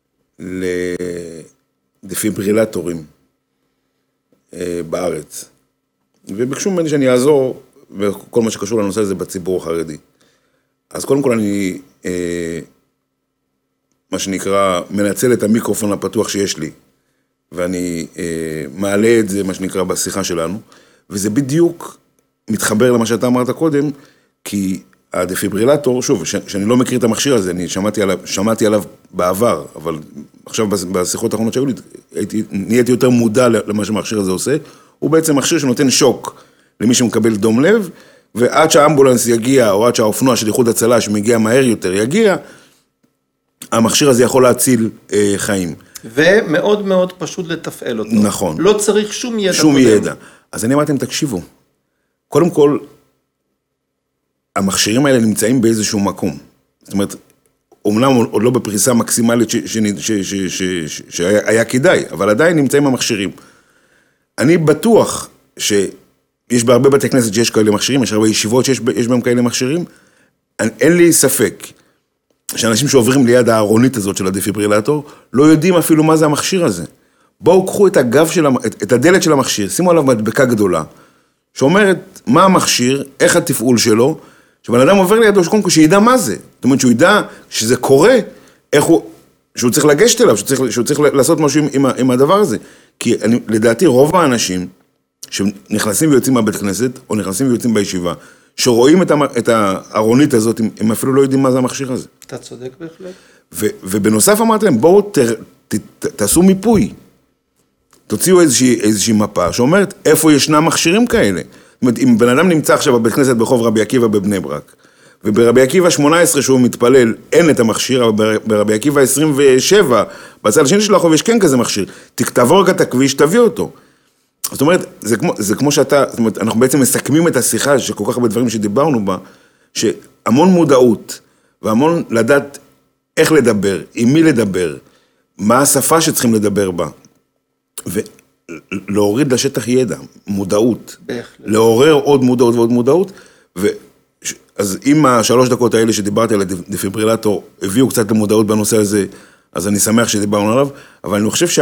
לדפיברילטורים בארץ. וביקשו ממני שאני אעזור בכל מה שקשור לנושא הזה בציבור החרדי. אז קודם כל אני, מה שנקרא, מנצל את המיקרופון הפתוח שיש לי, ואני מעלה את זה, מה שנקרא, בשיחה שלנו, וזה בדיוק מתחבר למה שאתה אמרת קודם, כי הדפיברילטור, שוב, שאני לא מכיר את המכשיר הזה, אני שמעתי עליו בעבר, אבל עכשיו בשיחות האחרונות שהיו לי, נהייתי יותר מודע למה שהמכשיר הזה עושה, הוא בעצם מכשיר שנותן שוק למי שמקבל דום לב, ועד שהאמבולנס יגיע, או עד שהאופנוע של איחוד הצלה שמגיע מהר יותר יגיע, המכשיר הזה יכול להציל חיים. ומאוד מאוד פשוט לתפעל אותו. נכון. לא צריך שום ידע. שום ידע. אז אני אמרתם, תקשיבו, קודם כל, המכשירים האלה נמצאים באיזשהו מקום. זאת אומרת, אומנם עוד לא בפריסה מקסימלית שהיה כדאי, אבל עדיין נמצאים המכשירים. אני בטוח שיש בהרבה בתי כנסת שיש כאלה מכשירים, יש הרבה ישיבות שיש בהם כאלה מכשירים, אין לי ספק שאנשים שעוברים ליד הארונית הזאת של הדפיברילטור, לא יודעים אפילו מה זה המכשיר הזה. בואו קחו את הגב את הדלת של המכשיר, שימו עליו מדבקה גדולה, שאומרת מה המכשיר, איך התפעול שלו, שבן אדם עובר לידו שקודם כל שידע מה זה. זאת אומרת שהוא ידע שזה קורה, שהוא צריך לגשת אליו, שהוא צריך לעשות משהו עם הדבר הזה. כי לדעתי רוב האנשים שנכנסים ויוצאים מהבית כנסת, או נכנסים ויוצאים בישיבה, שרואים את הארונית הזאת, הם אפילו לא יודעים מה זה המכשיר הזה. אתה צודק בהחלט. ובנוסף אמרתי להם, בואו תעשו מיפוי. תוציאו איזושהי מפה שאומרת איפה ישנם מכשירים כאלה. זאת אומרת, אם בן אדם נמצא עכשיו בבית כנסת ברחוב רבי עקיבא בבני ברק, וברבי עקיבא 18 שהוא מתפלל, אין את המכשיר, אבל ברבי עקיבא 27, בצד השני של הרחוב יש כן כזה מכשיר, תעבור רק את הכביש, תביא אותו. זאת אומרת, זה כמו שאתה, זאת אומרת, אנחנו בעצם מסכמים את השיחה, שכל כך הרבה דברים שדיברנו בה, שהמון מודעות, והמון לדעת איך לדבר, עם מי לדבר, מה השפה שצריכים לדבר בה, ולהוריד לשטח ידע, מודעות, לעורר עוד מודעות ועוד מודעות, אז אם 3 דקות האלה שדיברתי על הדפיברילטור, הביאו קצת למודעות בנושא הזה, אז אני שמח שדיברנו עליו, אבל אני חושב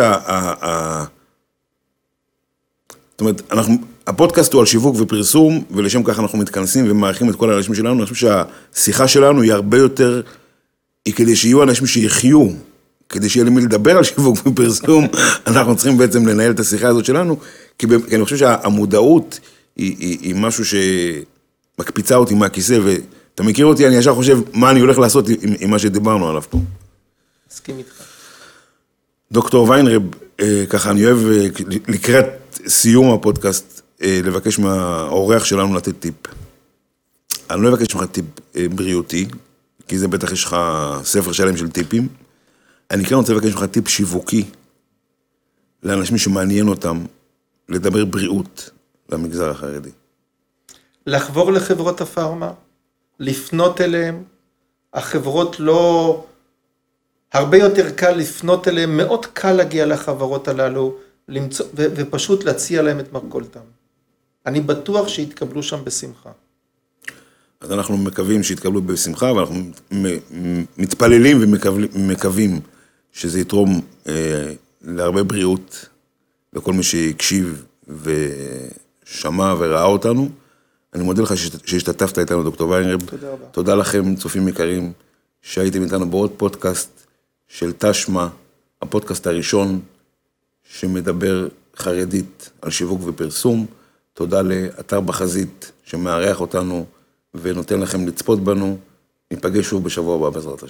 זאת אומרת, הפודקאסט הוא על שיווק ופרסום, ולשם כך אנחנו מתכנסים ומעריכים את כל האנשים שלנו, אני חושב שהשיחה שלנו היא הרבה יותר, היא כדי שיהיו אנשים שיחיו, כדי שיהיה למי לדבר על שיווק ופרסום, אנחנו צריכים בעצם לנהל את השיחה הזאת שלנו, כי אני חושב שהמודעות היא משהו שמקפיצה אותי מהכיסא, ואתה מכיר אותי, אני ישר חושב מה אני הולך לעשות עם מה שדיברנו עליו פה. מסכים איתך. דוקטור ויינרב, ככה אני אוהב לקראת סיום הפודקאסט, לבקש מהאורח שלנו לתת טיפ. אני לא אבקש ממך טיפ בריאותי, כי זה בטח יש לך ספר שלם של טיפים. אני כן רוצה לבקש ממך טיפ שיווקי, לאנשים שמעניין אותם, לדבר בריאות למגזר החרדי. לחבור לחברות הפארמה, לפנות אליהם, החברות לא... הרבה יותר קל לפנות אליהם, מאוד קל להגיע לחברות הללו, למצוא, ופשוט להציע להם את מרכולתם. אני בטוח שיתקבלו שם בשמחה. אז אנחנו מקווים שיתקבלו בשמחה, ואנחנו מתפללים ומקווים שזה יתרום להרבה בריאות, לכל מי שהקשיב ושמע וראה אותנו. אני מודה לך שהשתתפת איתנו, דוקטור ויינרב. תודה רבה. תודה לכם, צופים יקרים, שהייתם איתנו בעוד פודקאסט של תשמע, הפודקאסט הראשון שמדבר חרדית על שיווק ופרסום. תודה לאתר בחזית שמארח אותנו ונותן לכם לצפות בנו. ניפגש שוב בשבוע הבא בעזרת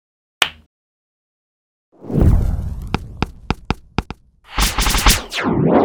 השם.